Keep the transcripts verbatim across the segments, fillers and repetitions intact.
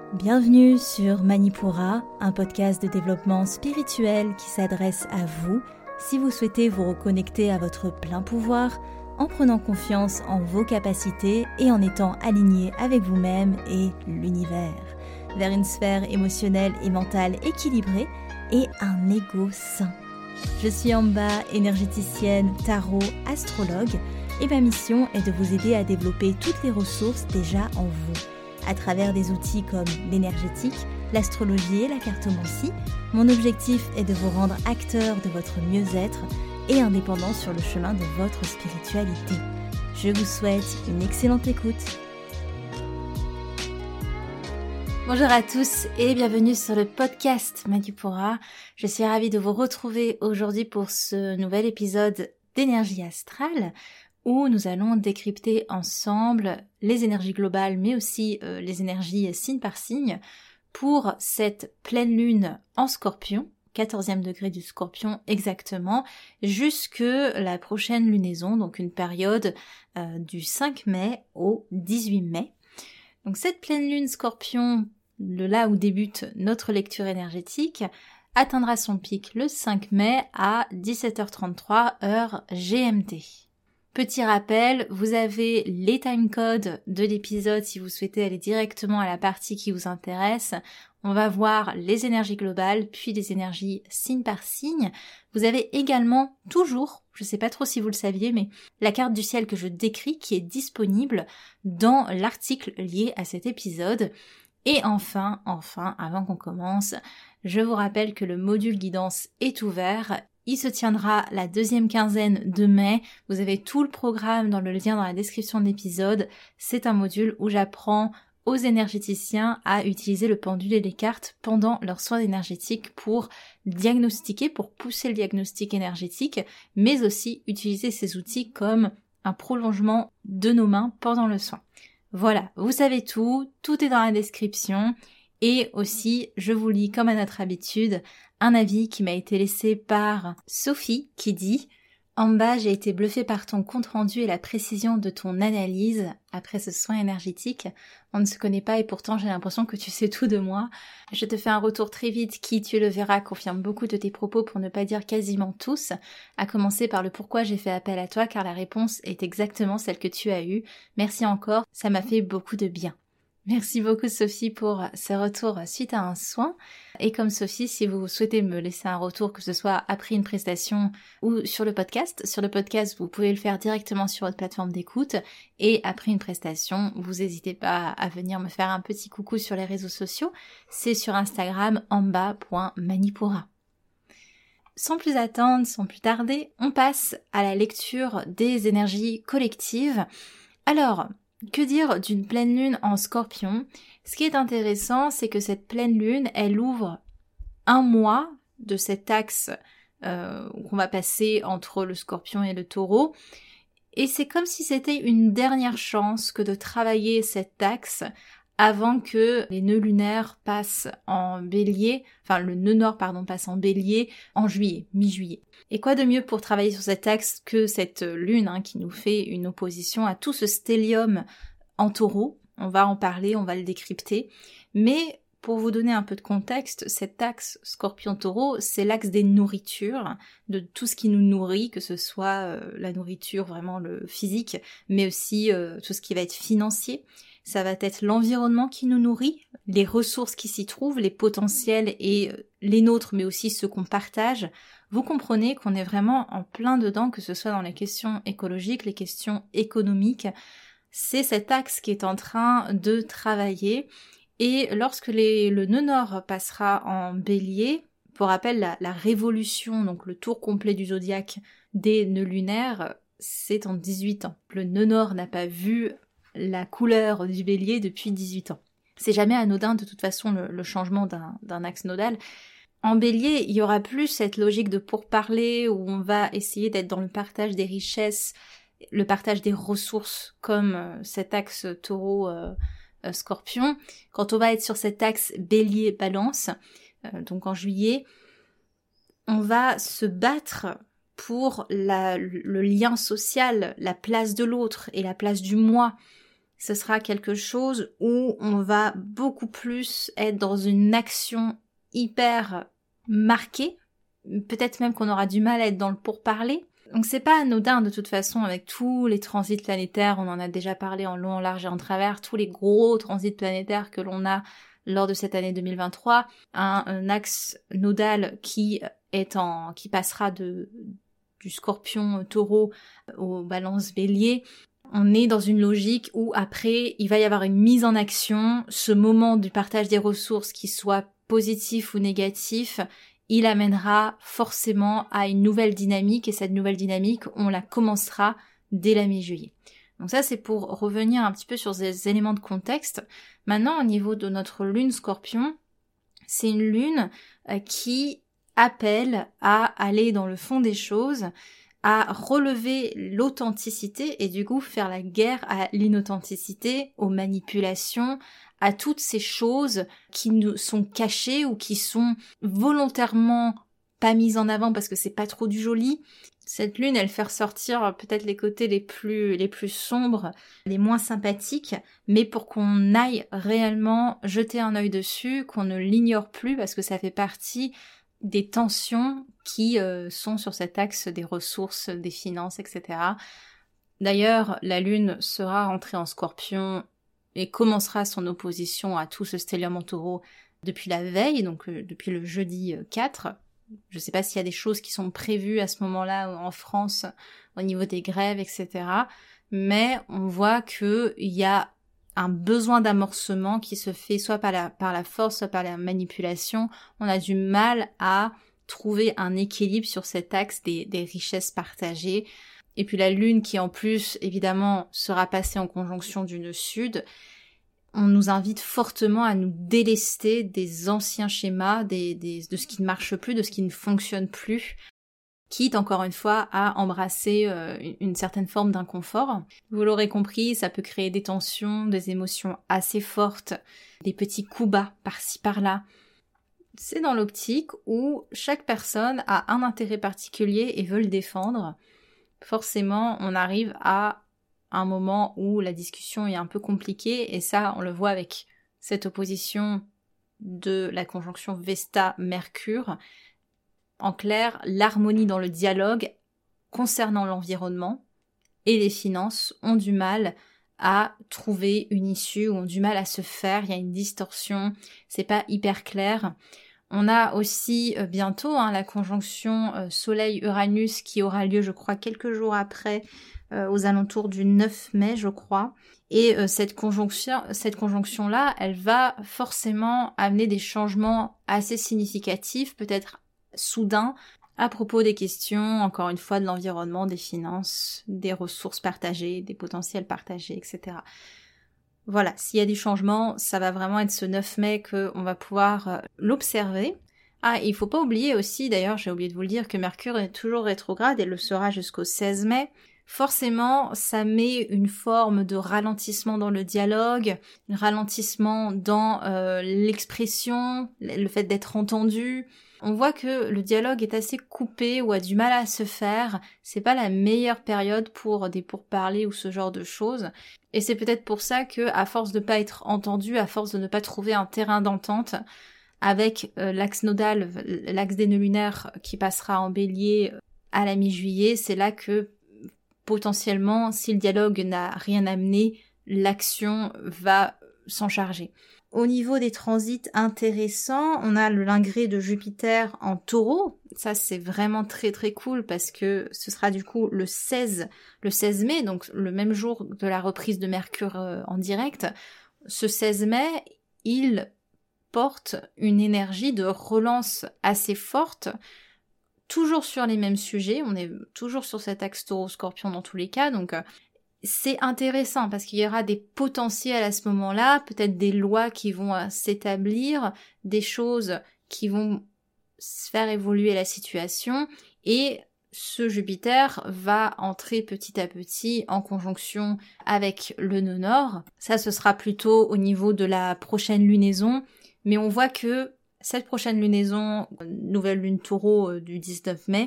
Bienvenue sur Manipura, un podcast de développement spirituel qui s'adresse à vous si vous souhaitez vous reconnecter à votre plein pouvoir en prenant confiance en vos capacités et en étant aligné avec vous-même et l'univers, vers une sphère émotionnelle et mentale équilibrée et un ego sain. Je suis Amba, énergéticienne, tarot, astrologue et ma mission est de vous aider à développer toutes les ressources déjà en vous. À travers des outils comme l'énergétique, l'astrologie et la cartomancie, mon objectif est de vous rendre acteur de votre mieux-être et indépendant sur le chemin de votre spiritualité. Je vous souhaite une excellente écoute. Bonjour à tous et bienvenue sur le podcast Manipura. Je suis ravie de vous retrouver aujourd'hui pour ce nouvel épisode d'énergie astrale où nous allons décrypter ensemble les énergies globales mais aussi euh, les énergies signe par signe pour cette pleine lune en Scorpion, quatorzième degré du Scorpion exactement, jusque la prochaine lunaison, donc une période euh, du cinq mai au dix-huit mai. Donc cette pleine lune Scorpion, de là où débute notre lecture énergétique, atteindra son pic le cinq mai à dix-sept heures trente-trois heure G M T. Petit rappel, vous avez les timecodes de l'épisode si vous souhaitez aller directement à la partie qui vous intéresse. On va voir les énergies globales, puis les énergies signe par signe. Vous avez également toujours, je ne sais pas trop si vous le saviez, mais la carte du ciel que je décris qui est disponible dans l'article lié à cet épisode. Et enfin, enfin, avant qu'on commence, je vous rappelle que le module guidance est ouvert. Il se tiendra la deuxième quinzaine de mai. Vous avez tout le programme dans le lien dans la description de l'épisode. C'est un module où j'apprends aux énergéticiens à utiliser le pendule et les cartes pendant leurs soins énergétiques pour diagnostiquer, pour pousser le diagnostic énergétique, mais aussi utiliser ces outils comme un prolongement de nos mains pendant le soin. Voilà, vous savez tout, tout est dans la description. Et aussi, je vous lis comme à notre habitude, un avis qui m'a été laissé par Sophie qui dit « En bas, j'ai été bluffée par ton compte-rendu et la précision de ton analyse après ce soin énergétique. On ne se connaît pas et pourtant j'ai l'impression que tu sais tout de moi. Je te fais un retour très vite qui, tu le verras, confirme beaucoup de tes propos pour ne pas dire quasiment tous, à commencer par le pourquoi j'ai fait appel à toi car la réponse est exactement celle que tu as eue. Merci encore, ça m'a fait beaucoup de bien. » Merci beaucoup Sophie pour ce retour suite à un soin. Et comme Sophie, si vous souhaitez me laisser un retour, que ce soit après une prestation ou sur le podcast, sur le podcast vous pouvez le faire directement sur votre plateforme d'écoute. Et après une prestation, vous n'hésitez pas à venir me faire un petit coucou sur les réseaux sociaux. C'est sur Instagram amba point manipura. Sans plus attendre, sans plus tarder, on passe à la lecture des énergies collectives. Alors, que dire d'une pleine lune en Scorpion ? Ce qui est intéressant, c'est que cette pleine lune, elle ouvre un mois de cet axe euh, qu'on va passer entre le Scorpion et le Taureau. Et c'est comme si c'était une dernière chance que de travailler cet axe avant que les nœuds lunaires passent en bélier, enfin le nœud nord pardon passe en bélier en juillet, mi-juillet. Et quoi de mieux pour travailler sur cet axe que cette lune hein, qui nous fait une opposition à tout ce stellium en taureau. On va en parler, on va le décrypter. Mais pour vous donner un peu de contexte, cet axe Scorpion-Taureau, c'est l'axe des nourritures, de tout ce qui nous nourrit, que ce soit euh, la nourriture vraiment le physique, mais aussi euh, tout ce qui va être financier. Ça va être l'environnement qui nous nourrit, les ressources qui s'y trouvent, les potentiels et les nôtres, mais aussi ceux qu'on partage. Vous comprenez qu'on est vraiment en plein dedans, que ce soit dans les questions écologiques, les questions économiques. C'est cet axe qui est en train de travailler. Et lorsque les, le nœud nord passera en bélier, pour rappel, la, la révolution, donc le tour complet du zodiaque des nœuds lunaires, c'est en dix-huit ans. Le nœud nord n'a pas vu la couleur du bélier depuis dix-huit ans. C'est jamais anodin de toute façon le, le changement d'un, d'un axe nodal. En bélier, il y aura plus cette logique de pourparler où on va essayer d'être dans le partage des richesses, le partage des ressources comme euh, cet axe taureau euh, euh, scorpion. Quand on va être sur cet axe bélier balance, euh, donc en juillet, on va se battre pour la, le lien social, la place de l'autre et la place du moi. ce sera quelque chose où on va beaucoup plus être dans une action hyper marquée, peut-être même qu'on aura du mal à être dans le pourparler. Donc c'est pas anodin de toute façon avec tous les transits planétaires, on en a déjà parlé en long, en large et en travers, tous les gros transits planétaires que l'on a lors de cette année deux mille vingt-trois, un, un axe nodal qui est en, qui passera de, du Scorpion Taureau au Balance Bélier. On est dans une logique où après il va y avoir une mise en action, ce moment du partage des ressources qui soit positif ou négatif, il amènera forcément à une nouvelle dynamique et cette nouvelle dynamique, on la commencera dès la mi-juillet. Donc ça, c'est pour revenir un petit peu sur ces éléments de contexte. Maintenant, au niveau de notre lune Scorpion, c'est une lune euh, qui appelle à aller dans le fond des choses, à relever l'authenticité et du coup faire la guerre à l'inauthenticité, aux manipulations, à toutes ces choses qui nous sont cachées ou qui sont volontairement pas mises en avant parce que c'est pas trop du joli. Cette lune, elle fait ressortir peut-être les côtés les plus, les plus sombres, les moins sympathiques, mais pour qu'on aille réellement jeter un œil dessus, qu'on ne l'ignore plus parce que ça fait partie des tensions qui euh, sont sur cet axe des ressources, des finances, et cetera. D'ailleurs, la lune sera rentrée en Scorpion et commencera son opposition à tout ce stellium en Taureau depuis la veille, donc euh, depuis le jeudi quatre. Je ne sais pas s'il y a des choses qui sont prévues à ce moment-là en France au niveau des grèves, et cetera. Mais on voit qu'il y a un besoin d'amorcement qui se fait soit par la, par la force, soit par la manipulation. On a du mal à trouver un équilibre sur cet axe des, des richesses partagées. Et puis la lune qui en plus, évidemment, sera passée en conjonction du nœud sud, on nous invite fortement à nous délester des anciens schémas, des, des, de ce qui ne marche plus, de ce qui ne fonctionne plus, quitte encore une fois à embrasser euh, une certaine forme d'inconfort. Vous l'aurez compris, ça peut créer des tensions, des émotions assez fortes, des petits coups bas par-ci par-là. C'est dans l'optique où chaque personne a un intérêt particulier et veut le défendre. Forcément, on arrive à un moment où la discussion est un peu compliquée, et ça, on le voit avec cette opposition de la conjonction Vesta-Mercure. En clair, l'harmonie dans le dialogue concernant l'environnement et les finances ont du mal à trouver une issue, ou ont du mal à se faire, il y a une distorsion, c'est pas hyper clair. On a aussi euh, bientôt hein, la conjonction euh, Soleil-Uranus qui aura lieu, je crois, quelques jours après, euh, aux alentours du neuf mai, je crois. Et euh, cette conjonction, cette conjonction-là, elle va forcément amener des changements assez significatifs, peut-être soudains, à propos des questions, encore une fois, de l'environnement, des finances, des ressources partagées, des potentiels partagés, et cetera. Voilà, s'il y a des changements, ça va vraiment être ce neuf mai qu'on va pouvoir euh, l'observer. Ah, il faut pas oublier aussi, d'ailleurs, j'ai oublié de vous le dire, que Mercure est toujours rétrograde et le sera jusqu'au seize mai. Forcément, ça met une forme de ralentissement dans le dialogue, un ralentissement dans euh, l'expression, le fait d'être entendu. On voit que le dialogue est assez coupé ou a du mal à se faire. C'est pas la meilleure période pour des pourparlers ou ce genre de choses. Et c'est peut-être pour ça que, à force de pas être entendu, à force de ne pas trouver un terrain d'entente, avec euh, l'axe nodal, l'axe des nœuds lunaires qui passera en bélier à la mi-juillet, c'est là que potentiellement, si le dialogue n'a rien amené, l'action va s'en charger. Au niveau des transits intéressants, on a le lingré de Jupiter en Taureau. Ça, c'est vraiment très très cool parce que ce sera du coup le seize, le seize mai, donc le même jour de la reprise de Mercure euh, en direct. Ce seize mai, il porte une énergie de relance assez forte, toujours sur les mêmes sujets, on est toujours sur cet axe Taureau-Scorpion dans tous les cas, donc euh, c'est intéressant parce qu'il y aura des potentiels à ce moment-là, peut-être des lois qui vont euh, s'établir, des choses qui vont faire évoluer la situation, et ce Jupiter va entrer petit à petit en conjonction avec le nœud nord. Ça, ce sera plutôt au niveau de la prochaine lunaison, mais on voit que cette prochaine lunaison, nouvelle lune taureau du dix-neuf mai,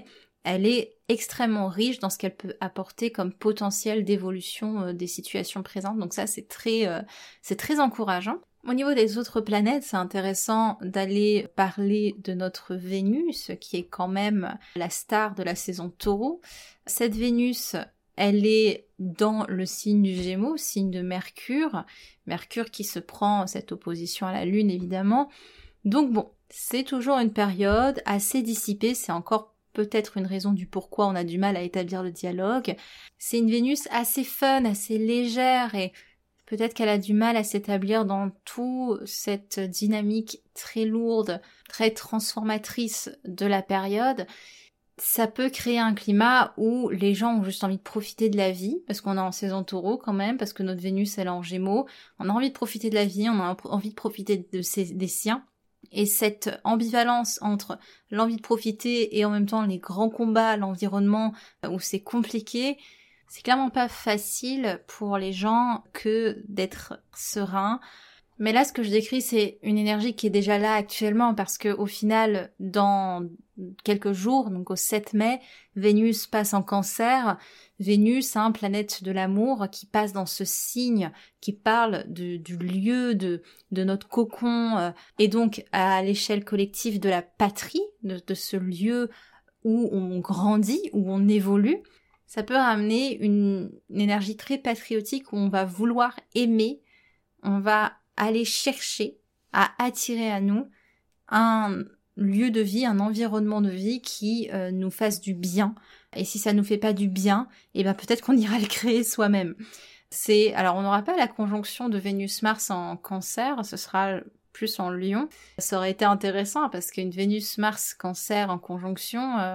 elle est extrêmement riche dans ce qu'elle peut apporter comme potentiel d'évolution euh, des situations présentes. Donc ça, c'est très, euh, c'est très encourageant. Au niveau des autres planètes, c'est intéressant d'aller parler de notre Vénus, qui est quand même la star de la saison Taureau. Cette Vénus, elle est dans le signe du Gémeaux, signe de Mercure. Mercure qui se prend cette opposition à la Lune, évidemment. Donc bon, c'est toujours une période assez dissipée, c'est encore peut-être une raison du pourquoi on a du mal à établir le dialogue. C'est une Vénus assez fun, assez légère, et peut-être qu'elle a du mal à s'établir dans toute cette dynamique très lourde, très transformatrice de la période. Ça peut créer un climat où les gens ont juste envie de profiter de la vie, parce qu'on est en saison Taureau quand même, parce que notre Vénus elle est en Gémeaux, on a envie de profiter de la vie, on a envie de profiter de ses, des siens, et cette ambivalence entre l'envie de profiter et en même temps les grands combats, l'environnement où c'est compliqué, c'est clairement pas facile pour les gens que d'être serein. Mais là, ce que je décris, c'est une énergie qui est déjà là actuellement, parce que au final, dans quelques jours, donc au sept mai, Vénus passe en Cancer. Vénus, hein, planète de l'amour, qui passe dans ce signe, qui parle de, du lieu, de, de notre cocon, euh, et donc à l'échelle collective de la patrie, de, de ce lieu où on grandit, où on évolue. Ça peut ramener une, une énergie très patriotique où on va vouloir aimer, on va aller chercher à attirer à nous un lieu de vie, un environnement de vie qui euh, nous fasse du bien. Et si ça nous fait pas du bien, eh ben peut-être qu'on ira le créer soi-même. C'est, alors on n'aura pas la conjonction de Vénus-Mars en Cancer, ce sera plus en Lion. Ça aurait été intéressant parce qu'une Vénus-Mars-Cancer en conjonction, euh,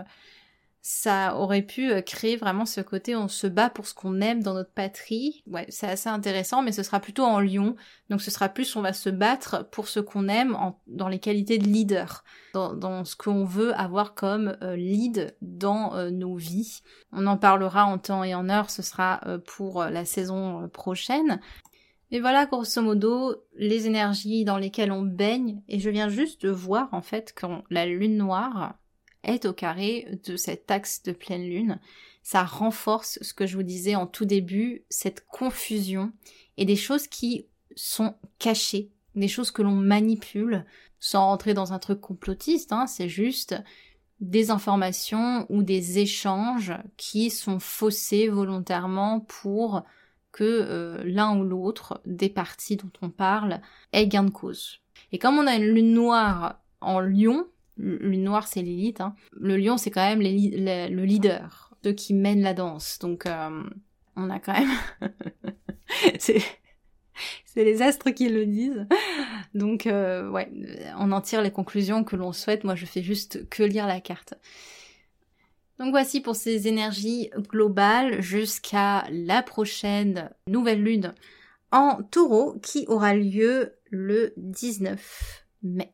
ça aurait pu créer vraiment ce côté on se bat pour ce qu'on aime dans notre patrie. Ouais, c'est assez intéressant, mais ce sera plutôt en Lion. Donc ce sera plus on va se battre pour ce qu'on aime en, dans les qualités de leader, dans, dans ce qu'on veut avoir comme euh, lead dans euh, nos vies. On en parlera en temps et en heure, ce sera euh, pour la saison euh, prochaine. Et voilà, grosso modo, les énergies dans lesquelles on baigne. Et je viens juste de voir, en fait, quand la lune noire est au carré de cet axe de pleine lune, ça renforce ce que je vous disais en tout début, cette confusion et des choses qui sont cachées, des choses que l'on manipule, sans rentrer dans un truc complotiste, hein, c'est juste des informations ou des échanges qui sont faussés volontairement pour que euh, l'un ou l'autre des parties dont on parle ait gain de cause. Et comme on a une lune noire en Lion, lune noire c'est l'élite, hein. Le lion c'est quand même les li- les, le leader, ceux qui mènent la danse, donc euh, on a quand même... c'est... c'est les astres qui le disent, donc euh, ouais, on en tire les conclusions que l'on souhaite, moi je fais juste que lire la carte. Donc voici pour ces énergies globales jusqu'à la prochaine nouvelle lune en Taureau qui aura lieu le dix-neuf mai.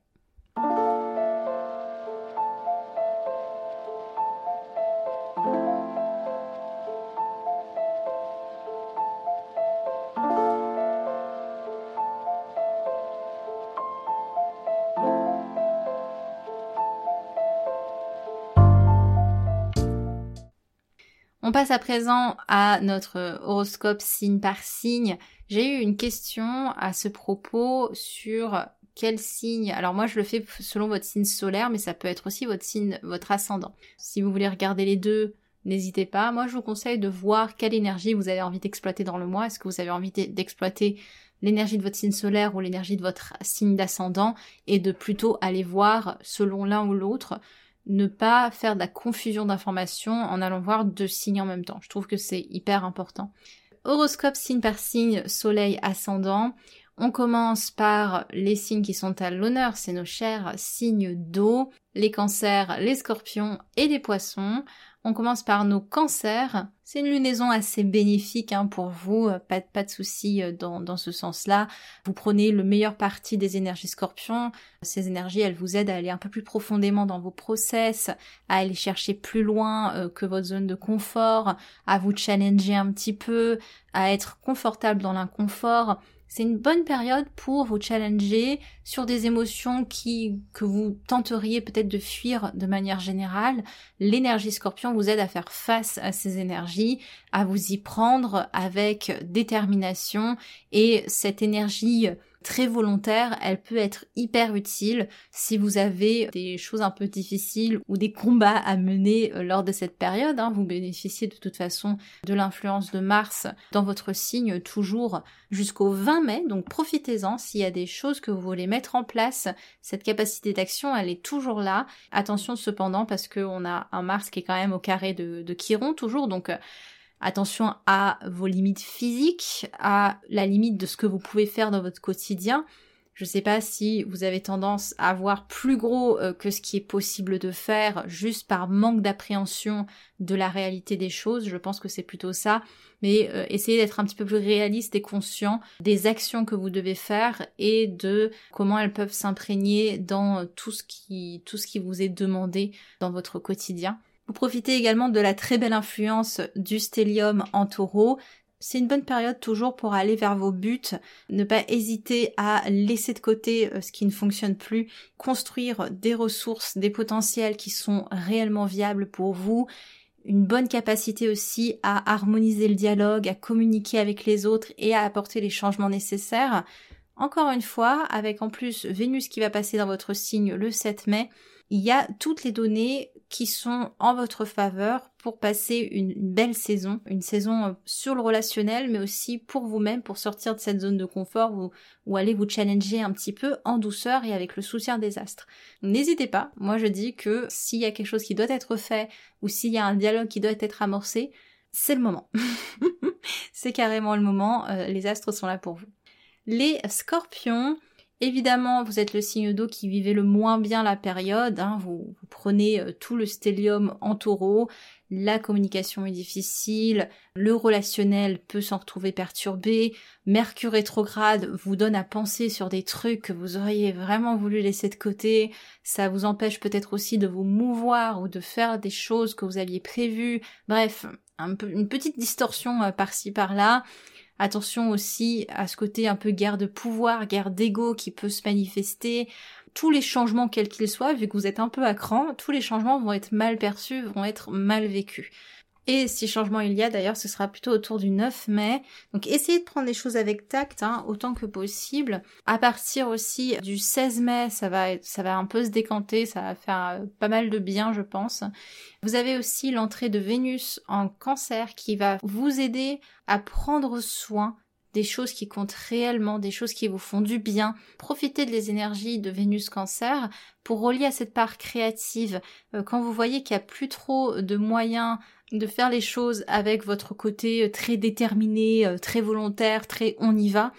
On passe à présent à notre horoscope signe par signe. J'ai eu une question à ce propos sur quel signe... Alors moi je le fais selon votre signe solaire, mais ça peut être aussi votre signe, votre ascendant. Si vous voulez regarder les deux, n'hésitez pas. Moi je vous conseille de voir quelle énergie vous avez envie d'exploiter dans le mois. Est-ce que vous avez envie d'exploiter l'énergie de votre signe solaire ou l'énergie de votre signe d'ascendant, et de plutôt aller voir selon l'un ou l'autre. Ne pas faire de la confusion d'informations en allant voir deux signes en même temps. Je trouve que c'est hyper important. Horoscope signe par signe, soleil ascendant. On commence par les signes qui sont à l'honneur, c'est nos chers signes d'eau, les cancers, les scorpions et les poissons. On commence par nos cancers. C'est une lunaison assez bénéfique hein, pour vous, pas, pas de soucis dans, dans ce sens-là. Vous prenez le meilleur parti des énergies scorpions. Ces énergies, elles vous aident à aller un peu plus profondément dans vos process, à aller chercher plus loin euh, que votre zone de confort, à vous challenger un petit peu, à être confortable dans l'inconfort. c'est une bonne période pour vous challenger sur des émotions qui que vous tenteriez peut-être de fuir de manière générale. L'énergie Scorpion vous aide à faire face à ces énergies, à vous y prendre avec détermination, et cette énergie très volontaire, elle peut être hyper utile si vous avez des choses un peu difficiles ou des combats à mener lors de cette période. Hein. Vous bénéficiez de toute façon de l'influence de Mars dans votre signe toujours jusqu'au vingt mai, donc profitez-en. S'il y a des choses que vous voulez mettre en place, cette capacité d'action, elle est toujours là. Attention cependant, parce qu'on a un Mars qui est quand même au carré de, de Chiron toujours, donc attention à vos limites physiques, à la limite de ce que vous pouvez faire dans votre quotidien. Je ne sais pas si vous avez tendance à voir plus gros euh, que ce qui est possible de faire juste par manque d'appréhension de la réalité des choses. Je pense que c'est plutôt ça. Mais euh, essayez d'être un petit peu plus réaliste et conscient des actions que vous devez faire et de comment elles peuvent s'imprégner dans tout ce qui, tout ce qui vous est demandé dans votre quotidien. Vous profitez également de la très belle influence du stellium en Taureau. C'est une bonne période toujours pour aller vers vos buts, ne pas hésiter à laisser de côté ce qui ne fonctionne plus, construire des ressources, des potentiels qui sont réellement viables pour vous, une bonne capacité aussi à harmoniser le dialogue, à communiquer avec les autres et à apporter les changements nécessaires. Encore une fois, avec en plus Vénus qui va passer dans votre signe le sept mai, il y a toutes les données qui sont en votre faveur pour passer une, une belle saison, une saison sur le relationnel, mais aussi pour vous-même, pour sortir de cette zone de confort où, où aller vous challenger un petit peu en douceur et avec le soutien des astres. N'hésitez pas, moi je dis que s'il y a quelque chose qui doit être fait ou s'il y a un dialogue qui doit être amorcé, c'est le moment. C'est carrément le moment, euh, les astres sont là pour vous. Les Scorpions, évidemment, vous êtes le signe d'eau qui vivait le moins bien la période, hein. vous, vous prenez euh, tout le stellium en Taureau, la communication est difficile, le relationnel peut s'en retrouver perturbé, Mercure rétrograde vous donne à penser sur des trucs que vous auriez vraiment voulu laisser de côté, ça vous empêche peut-être aussi de vous mouvoir ou de faire des choses que vous aviez prévues, bref, un peu, une petite distorsion euh, par-ci par-là. Attention aussi à ce côté un peu guerre de pouvoir, guerre d'ego qui peut se manifester. Tous les changements, quels qu'ils soient, vu que vous êtes un peu à cran, tous les changements vont être mal perçus, vont être mal vécus. Et si changement il y a, d'ailleurs, ce sera plutôt autour du neuf mai. Donc essayez de prendre les choses avec tact, hein, autant que possible. À partir aussi du seize mai, ça va être, ça va un peu se décanter, ça va faire pas mal de bien, je pense. Vous avez aussi l'entrée de Vénus en Cancer qui va vous aider à prendre soin des choses qui comptent réellement, des choses qui vous font du bien. Profitez des énergies de Vénus Cancer pour relier à cette part créative. Quand vous voyez qu'il n'y a plus trop de moyens de faire les choses avec votre côté très déterminé, très volontaire, très on y va,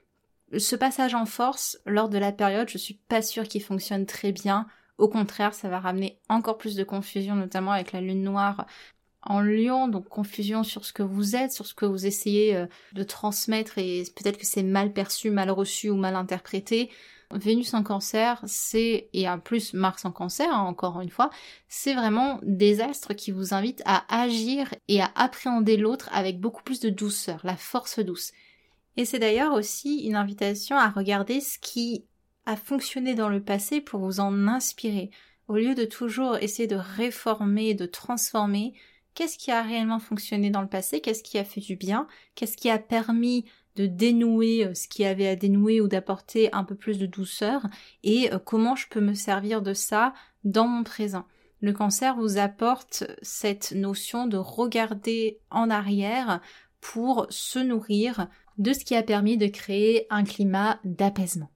ce passage en force lors de la période, je suis pas sûre qu'il fonctionne très bien. Au contraire, ça va ramener encore plus de confusion, notamment avec la lune noire en Lion, donc confusion sur ce que vous êtes, sur ce que vous essayez de transmettre, et peut-être que c'est mal perçu, mal reçu ou mal interprété. Vénus en Cancer, c'est, et en plus Mars en Cancer, hein, encore une fois, c'est vraiment des astres qui vous invitent à agir et à appréhender l'autre avec beaucoup plus de douceur, la force douce. Et c'est d'ailleurs aussi une invitation à regarder ce qui a fonctionné dans le passé pour vous en inspirer. Au lieu de toujours essayer de réformer, de transformer, qu'est-ce qui a réellement fonctionné dans le passé? Qu'est-ce qui a fait du bien? Qu'est-ce qui a permis de dénouer ce qui avait à dénouer ou d'apporter un peu plus de douceur? Et comment je peux me servir de ça dans mon présent? Le Cancer vous apporte cette notion de regarder en arrière pour se nourrir de ce qui a permis de créer un climat d'apaisement.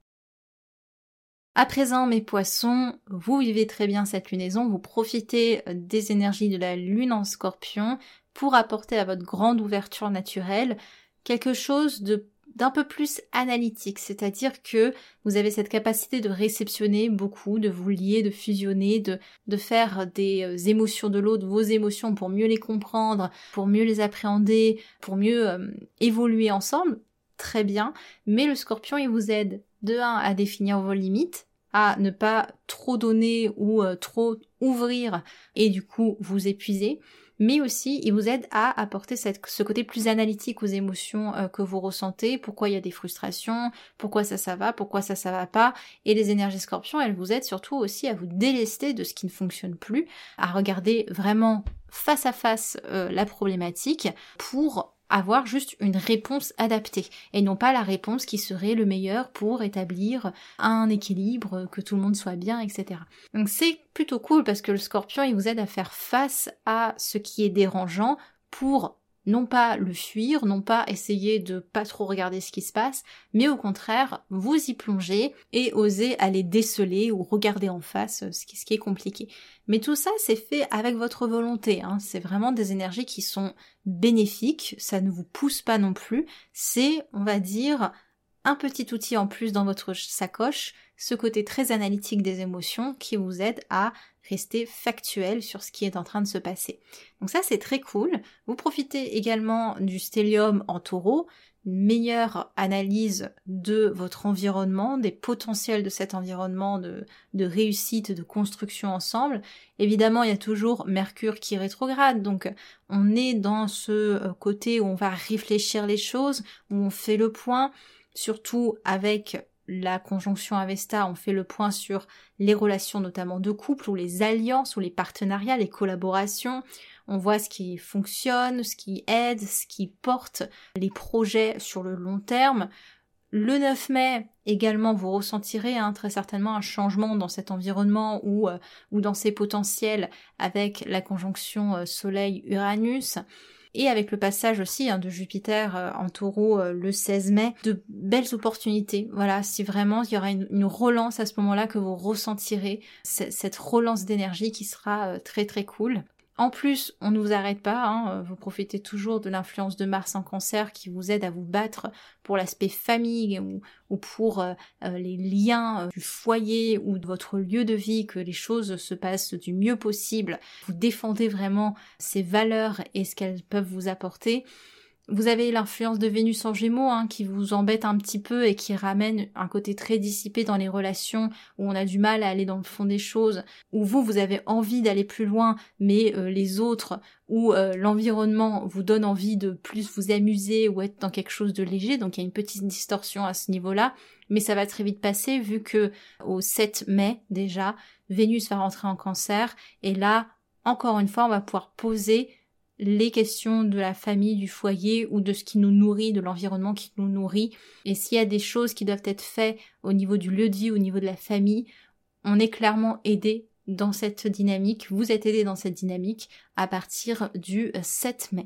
À présent, mes poissons, vous vivez très bien cette lunaison, vous profitez des énergies de la lune en Scorpion pour apporter à votre grande ouverture naturelle quelque chose de d'un peu plus analytique, c'est-à-dire que vous avez cette capacité de réceptionner beaucoup, de vous lier, de fusionner, de, de faire des émotions de l'autre, vos émotions pour mieux les comprendre, pour mieux les appréhender, pour mieux euh, évoluer ensemble, très bien, mais le Scorpion il vous aide de un à définir vos limites, à ne pas trop donner ou euh, trop ouvrir et du coup vous épuiser, mais aussi il vous aide à apporter cette, ce côté plus analytique aux émotions euh, que vous ressentez, pourquoi il y a des frustrations, pourquoi ça ça va, pourquoi ça ça va pas, et les énergies scorpions, elles vous aident surtout aussi à vous délester de ce qui ne fonctionne plus, à regarder vraiment face à face euh, la problématique pour avoir juste une réponse adaptée et non pas la réponse qui serait le meilleur pour établir un équilibre, que tout le monde soit bien, et cetera. Donc c'est plutôt cool parce que le Scorpion, il vous aide à faire face à ce qui est dérangeant pour non pas le fuir, non pas essayer de pas trop regarder ce qui se passe, mais au contraire, vous y plonger et oser aller déceler ou regarder en face ce qui, ce qui est compliqué. Mais tout ça, c'est fait avec votre volonté, hein. C'est vraiment des énergies qui sont bénéfiques, ça ne vous pousse pas non plus, c'est, on va dire, un petit outil en plus dans votre sacoche, ce côté très analytique des émotions qui vous aide à rester factuel sur ce qui est en train de se passer. Donc ça, c'est très cool. Vous profitez également du stellium en taureau, une meilleure analyse de votre environnement, des potentiels de cet environnement de, de réussite, de construction ensemble. Évidemment, il y a toujours Mercure qui rétrograde, donc on est dans ce côté où on va réfléchir les choses, où on fait le point, surtout avec la conjonction Avesta, on fait le point sur les relations notamment de couple ou les alliances ou les partenariats, les collaborations. On voit ce qui fonctionne, ce qui aide, ce qui porte les projets sur le long terme. Le neuf mai, également, vous ressentirez hein, très certainement un changement dans cet environnement ou, euh, ou dans ses potentiels avec la conjonction euh, Soleil-Uranus. Et avec le passage aussi hein, de Jupiter euh, en taureau euh, le seize mai, de belles opportunités. Voilà, si vraiment il y aura une, une relance à ce moment-là que vous ressentirez, c- cette relance d'énergie qui sera euh, très très cool. En plus, on ne vous arrête pas, hein, vous profitez toujours de l'influence de Mars en Cancer qui vous aide à vous battre pour l'aspect famille ou, ou pour euh, les liens euh, du foyer ou de votre lieu de vie, que les choses se passent du mieux possible. Vous défendez vraiment ces valeurs et ce qu'elles peuvent vous apporter. Vous avez l'influence de Vénus en Gémeaux hein, qui vous embête un petit peu et qui ramène un côté très dissipé dans les relations où on a du mal à aller dans le fond des choses, où vous, vous avez envie d'aller plus loin, mais euh, les autres ou euh, l'environnement vous donne envie de plus vous amuser ou être dans quelque chose de léger, donc il y a une petite distorsion à ce niveau-là, mais ça va très vite passer vu que au sept mai déjà, Vénus va rentrer en Cancer et là, encore une fois, on va pouvoir poser les questions de la famille, du foyer ou de ce qui nous nourrit, de l'environnement qui nous nourrit. Et s'il y a des choses qui doivent être faites au niveau du lieu de vie, au niveau de la famille, on est clairement aidé dans cette dynamique, vous êtes aidé dans cette dynamique à partir du sept mai.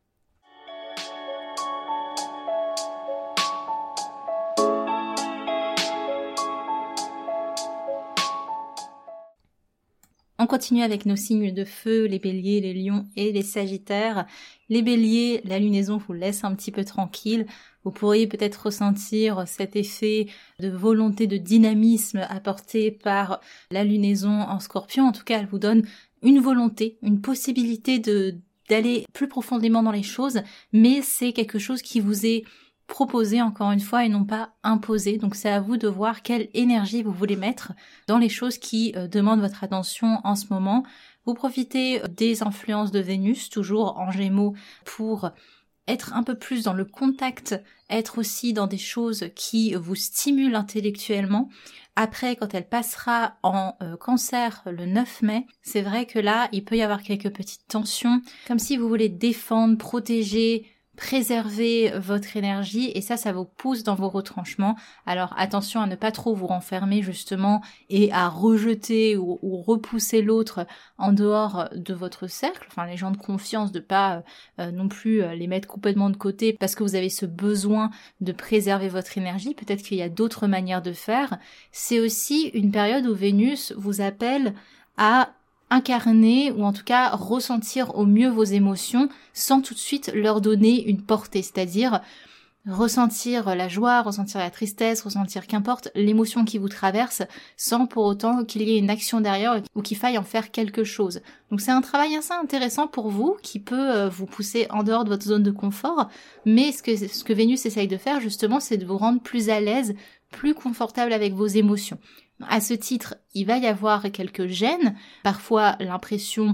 On continue avec nos signes de feu, les béliers, les lions et les sagittaires. Les béliers, la lunaison vous laisse un petit peu tranquille. Vous pourriez peut-être ressentir cet effet de volonté, de dynamisme apporté par la lunaison en scorpion. En tout cas, elle vous donne une volonté, une possibilité de d'aller plus profondément dans les choses, mais c'est quelque chose qui vous est proposé encore une fois et non pas imposé. Donc c'est à vous de voir quelle énergie vous voulez mettre dans les choses qui euh, demandent votre attention en ce moment. Vous profitez des influences de Vénus, toujours en Gémeaux, pour être un peu plus dans le contact, être aussi dans des choses qui vous stimulent intellectuellement. Après, quand elle passera en euh, Cancer le neuf mai, c'est vrai que là, il peut y avoir quelques petites tensions, comme si vous voulez défendre, protéger, préserver votre énergie et ça, ça vous pousse dans vos retranchements. Alors attention à ne pas trop vous renfermer justement et à rejeter ou, ou repousser l'autre en dehors de votre cercle, enfin les gens de confiance, de pas euh, non plus les mettre complètement de côté parce que vous avez ce besoin de préserver votre énergie. Peut-être qu'il y a d'autres manières de faire. C'est aussi une période où Vénus vous appelle à incarner ou en tout cas ressentir au mieux vos émotions sans tout de suite leur donner une portée, c'est-à-dire ressentir la joie, ressentir la tristesse, ressentir qu'importe l'émotion qui vous traverse sans pour autant qu'il y ait une action derrière ou qu'il faille en faire quelque chose. Donc c'est un travail assez intéressant pour vous qui peut vous pousser en dehors de votre zone de confort, mais ce que, ce que Vénus essaye de faire justement, c'est de vous rendre plus à l'aise, plus confortable avec vos émotions. À ce titre, il va y avoir quelques gênes, parfois l'impression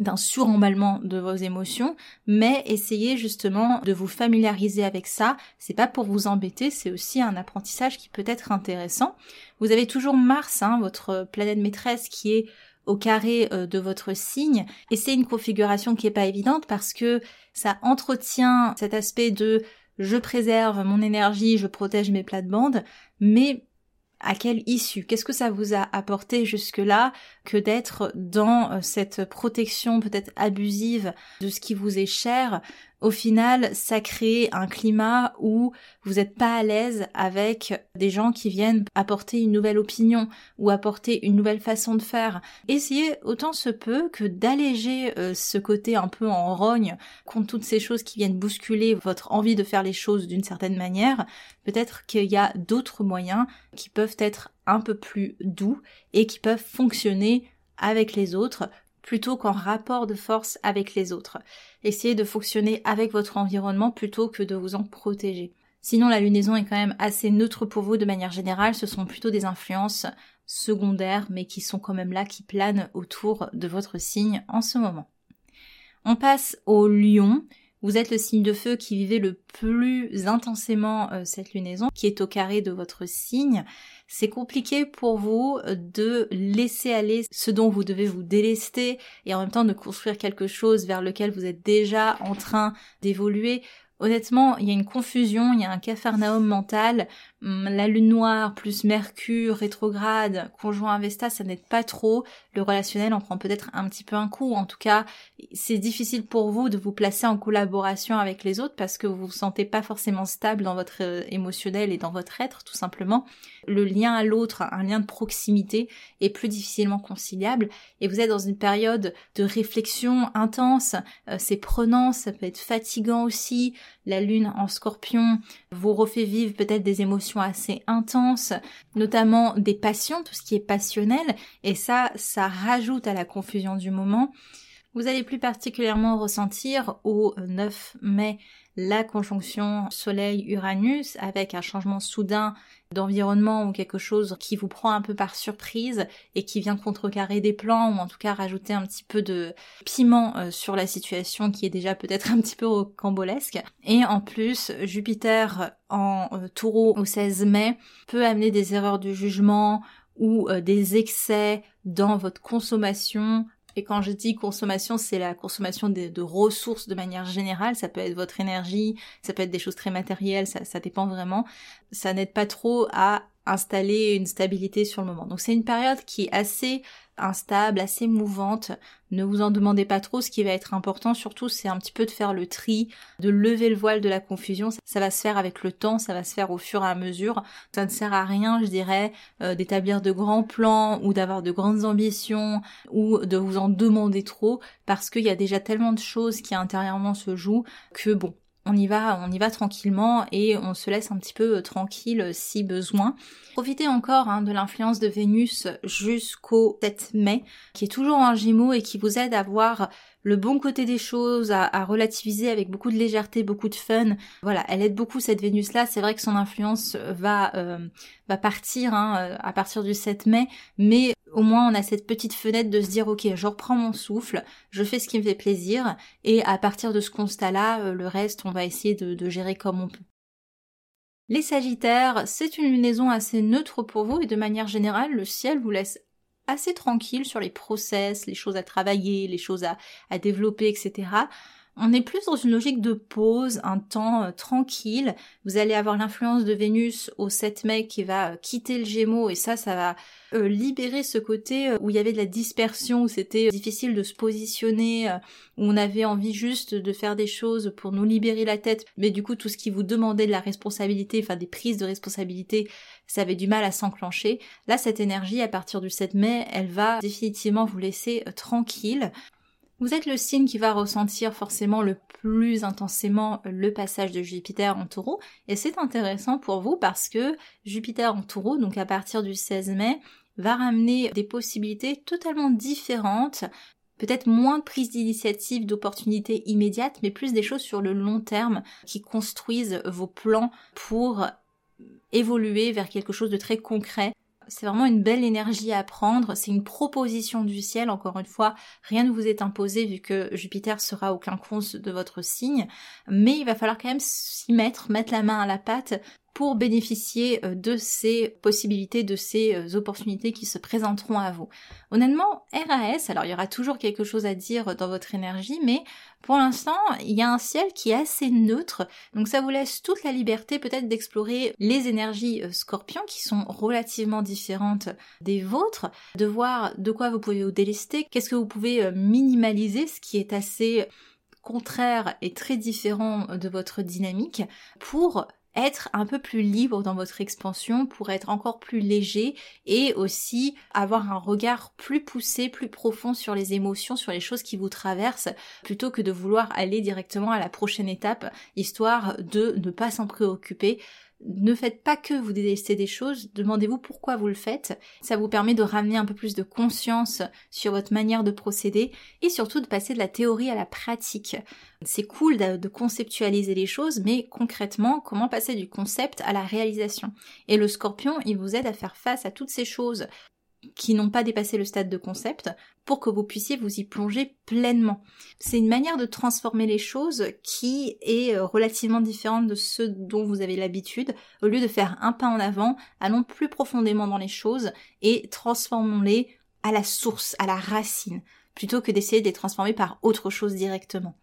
d'un suremballement de vos émotions, mais essayez justement de vous familiariser avec ça. C'est pas pour vous embêter, c'est aussi un apprentissage qui peut être intéressant. Vous avez toujours Mars, hein, votre planète maîtresse, qui est au carré euh, de votre signe, et c'est une configuration qui est pas évidente parce que ça entretient cet aspect de je préserve mon énergie, je protège mes plates-bandes, mais à quelle issue? Qu'est-ce que ça vous a apporté jusque-là que d'être dans cette protection peut-être abusive de ce qui vous est cher? Au final, ça crée un climat où vous n'êtes pas à l'aise avec des gens qui viennent apporter une nouvelle opinion ou apporter une nouvelle façon de faire. Essayez autant se peut que d'alléger euh, ce côté un peu en rogne contre toutes ces choses qui viennent bousculer votre envie de faire les choses d'une certaine manière. Peut-être qu'il y a d'autres moyens qui peuvent être un peu plus doux et qui peuvent fonctionner avec les autres plutôt qu'en rapport de force avec les autres. Essayez de fonctionner avec votre environnement plutôt que de vous en protéger. Sinon, la lunaison est quand même assez neutre pour vous de manière générale, ce sont plutôt des influences secondaires, mais qui sont quand même là, qui planent autour de votre signe en ce moment. On passe au Lion. Vous êtes le signe de feu qui vivait le plus intensément euh, cette lunaison, qui est au carré de votre signe. C'est compliqué pour vous de laisser aller ce dont vous devez vous délester et en même temps de construire quelque chose vers lequel vous êtes déjà en train d'évoluer. Honnêtement, il y a une confusion, il y a un capharnaüm mental. La lune noire plus Mercure rétrograde, conjoint Vesta, ça n'aide pas trop. Le relationnel en prend peut-être un petit peu un coup. En tout cas, c'est difficile pour vous de vous placer en collaboration avec les autres parce que vous vous sentez pas forcément stable dans votre émotionnel et dans votre être, tout simplement. Le lien à l'autre, un lien de proximité, est plus difficilement conciliable et vous êtes dans une période de réflexion intense. Euh, c'est prenant, ça peut être fatigant aussi. La lune en Scorpion vous refait vivre peut-être des émotions assez intenses, notamment des passions, tout ce qui est passionnel, et ça, ça rajoute à la confusion du moment. Vous allez plus particulièrement ressentir au neuf mai la conjonction Soleil-Uranus avec un changement soudain d'environnement ou quelque chose qui vous prend un peu par surprise et qui vient contrecarrer des plans ou en tout cas rajouter un petit peu de piment euh, sur la situation qui est déjà peut-être un petit peu rocambolesque. Et en plus, Jupiter en euh, Taureau au seize mai peut amener des erreurs de jugement ou euh, des excès dans votre consommation. Et quand je dis consommation, c'est la consommation de, de ressources de manière générale. Ça peut être votre énergie, ça peut être des choses très matérielles, ça, ça dépend vraiment. Ça n'aide pas trop à installer une stabilité sur le moment. Donc c'est une période qui est assez instable, assez mouvante. Ne vous en demandez pas trop. Ce qui va être important surtout, c'est un petit peu de faire le tri, de lever le voile de la confusion. Ça va se faire avec le temps, ça va se faire au fur et à mesure. Ça ne sert à rien, je dirais, euh, d'établir de grands plans ou d'avoir de grandes ambitions ou de vous en demander trop parce qu'il y a déjà tellement de choses qui intérieurement se jouent que bon, on y va, on y va tranquillement et on se laisse un petit peu tranquille si besoin. Profitez encore hein, de l'influence de Vénus jusqu'au sept mai, qui est toujours en Gémeaux et qui vous aide à voir le bon côté des choses, à, à relativiser avec beaucoup de légèreté, beaucoup de fun. Voilà, elle aide beaucoup cette Vénus-là. C'est vrai que son influence va euh, va partir hein, à partir du sept mai, mais au moins on a cette petite fenêtre de se dire ok, je reprends mon souffle, je fais ce qui me fait plaisir, et à partir de ce constat-là, le reste on va essayer de, de gérer comme on peut. Les Sagittaires, c'est une lunaison assez neutre pour vous et de manière générale, le ciel vous laisse assez tranquille sur les process, les choses à travailler, les choses à, à développer, et cetera. On est plus dans une logique de pause, un temps euh, tranquille. Vous allez avoir l'influence de Vénus au sept mai qui va euh, quitter le Gémeaux et ça, ça va euh, libérer ce côté euh, où il y avait de la dispersion, où c'était euh, difficile de se positionner, euh, où on avait envie juste de faire des choses pour nous libérer la tête. Mais du coup, tout ce qui vous demandait de la responsabilité, enfin des prises de responsabilité, ça avait du mal à s'enclencher. Là, cette énergie, à partir du sept mai, elle va définitivement vous laisser euh, tranquille. Vous êtes le signe qui va ressentir forcément le plus intensément le passage de Jupiter en Taureau et c'est intéressant pour vous parce que Jupiter en Taureau, donc à partir du seize mai, va ramener des possibilités totalement différentes, peut-être moins de prise d'initiative, d'opportunités immédiates, mais plus des choses sur le long terme qui construisent vos plans pour évoluer vers quelque chose de très concret. c'est vraiment une belle énergie à prendre, c'est une proposition du ciel, encore une fois, rien ne vous est imposé vu que Jupiter sera au quinconce de votre signe, mais il va falloir quand même s'y mettre, mettre la main à la pâte pour bénéficier de ces possibilités, de ces opportunités qui se présenteront à vous. Honnêtement, R A S, alors il y aura toujours quelque chose à dire dans votre énergie, mais pour l'instant, il y a un ciel qui est assez neutre, donc ça vous laisse toute la liberté peut-être d'explorer les énergies scorpions qui sont relativement différentes des vôtres, de voir de quoi vous pouvez vous délester, qu'est-ce que vous pouvez minimaliser, ce qui est assez contraire et très différent de votre dynamique, pour être un peu plus libre dans votre expansion, pour être encore plus léger et aussi avoir un regard plus poussé, plus profond sur les émotions, sur les choses qui vous traversent, plutôt que de vouloir aller directement à la prochaine étape, histoire de ne pas s'en préoccuper. Ne faites pas que vous délester des choses, demandez-vous pourquoi vous le faites. Ça vous permet de ramener un peu plus de conscience sur votre manière de procéder et surtout de passer de la théorie à la pratique. C'est cool de, de conceptualiser les choses, mais concrètement, comment passer du concept à la réalisation? Et le Scorpion, il vous aide à faire face à toutes ces choses qui n'ont pas dépassé le stade de concept, pour que vous puissiez vous y plonger pleinement. C'est une manière de transformer les choses qui est relativement différente de ce dont vous avez l'habitude. Au lieu de faire un pas en avant, allons plus profondément dans les choses et transformons-les à la source, à la racine, plutôt que d'essayer de les transformer par autre chose directement.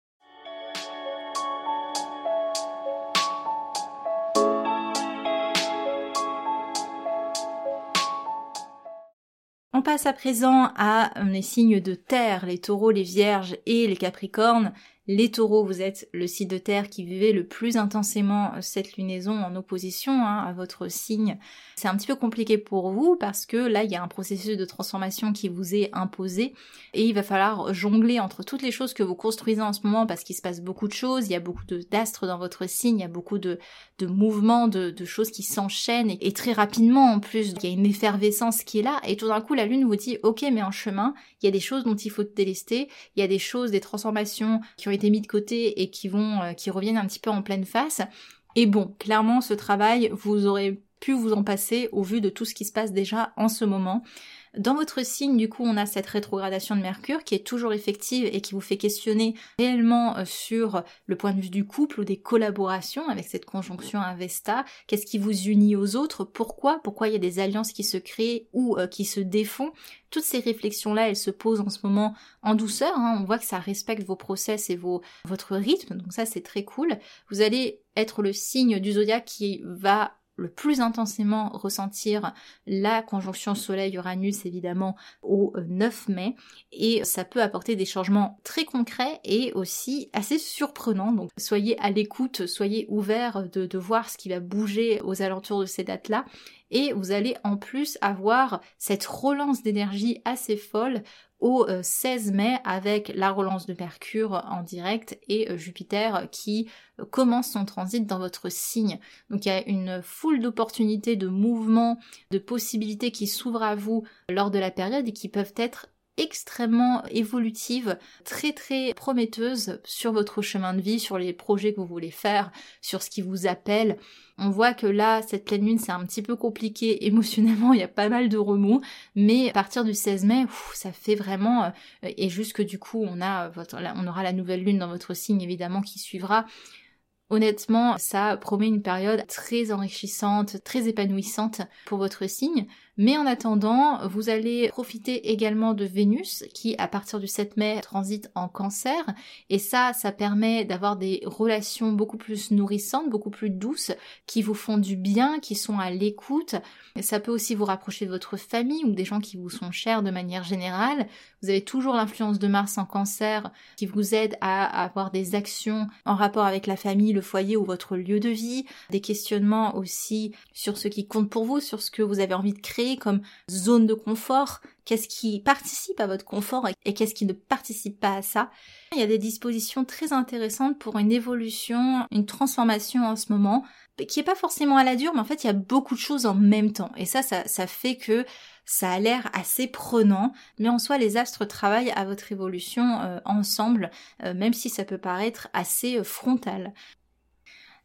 On passe à présent à les signes de terre, les taureaux, les vierges et les capricornes. Les taureaux, vous êtes le signe de terre qui vivait le plus intensément cette lunaison en opposition hein, à votre signe. C'est un petit peu compliqué pour vous parce que là, il y a un processus de transformation qui vous est imposé et il va falloir jongler entre toutes les choses que vous construisez en ce moment parce qu'il se passe beaucoup de choses, il y a beaucoup de, d'astres dans votre signe, il y a beaucoup de, de mouvements, de, de choses qui s'enchaînent et, et très rapidement en plus. Il y a une effervescence qui est là et tout d'un coup, la lune vous dit « Ok, mais en chemin, il y a des choses dont il faut te délester, il y a des choses, des transformations qui ont été mis de côté et qui vont, euh, qui reviennent un petit peu en pleine face. Et bon, clairement, ce travail, vous aurez pu vous en passer au vu de tout ce qui se passe déjà en ce moment. Dans votre signe, du coup, on a cette rétrogradation de Mercure qui est toujours effective et qui vous fait questionner réellement sur le point de vue du couple ou des collaborations avec cette conjonction à Vesta. Qu'est-ce qui vous unit aux autres? Pourquoi? Pourquoi il y a des alliances qui se créent ou euh, qui se défont? Toutes ces réflexions-là, elles se posent en ce moment en douceur. Hein. On voit que ça respecte vos process et vos, votre rythme, donc ça c'est très cool. Vous allez être le signe du zodiaque qui va le plus intensément ressentir la conjonction Soleil-Uranus évidemment au neuf mai et ça peut apporter des changements très concrets et aussi assez surprenants, donc soyez à l'écoute, soyez ouverts de, de voir ce qui va bouger aux alentours de ces dates-là et vous allez en plus avoir cette relance d'énergie assez folle au seize mai avec la relance de Mercure en direct et Jupiter qui commence son transit dans votre signe. Donc il y a une foule d'opportunités, de mouvements, de possibilités qui s'ouvrent à vous lors de la période et qui peuvent être extrêmement évolutives, très très prometteuses sur votre chemin de vie, sur les projets que vous voulez faire, sur ce qui vous appelle. On voit que là, cette pleine lune, c'est un petit peu compliqué émotionnellement, il y a pas mal de remous, mais à partir du seize mai, ouf, ça fait vraiment, euh, et jusque du coup, on a votre, on aura la nouvelle lune dans votre signe évidemment qui suivra. Honnêtement, ça promet une période très enrichissante, très épanouissante pour votre signe. Mais en attendant, vous allez profiter également de Vénus qui, à partir du sept mai, transite en Cancer. Et ça, ça permet d'avoir des relations beaucoup plus nourrissantes, beaucoup plus douces, qui vous font du bien, qui sont à l'écoute. Ça peut aussi vous rapprocher de votre famille ou des gens qui vous sont chers de manière générale. Vous avez toujours l'influence de Mars en Cancer qui vous aide à avoir des actions en rapport avec la famille, le foyer ou votre lieu de vie. Des questionnements aussi sur ce qui compte pour vous, sur ce que vous avez envie de créer comme zone de confort, qu'est-ce qui participe à votre confort et qu'est-ce qui ne participe pas à ça. Il y a des dispositions très intéressantes pour une évolution, une transformation en ce moment, qui est pas forcément à la dure, mais en fait il y a beaucoup de choses en même temps. Et ça, ça, ça fait que ça a l'air assez prenant, mais en soi les astres travaillent à votre évolution euh, ensemble, euh, même si ça peut paraître assez euh, frontal.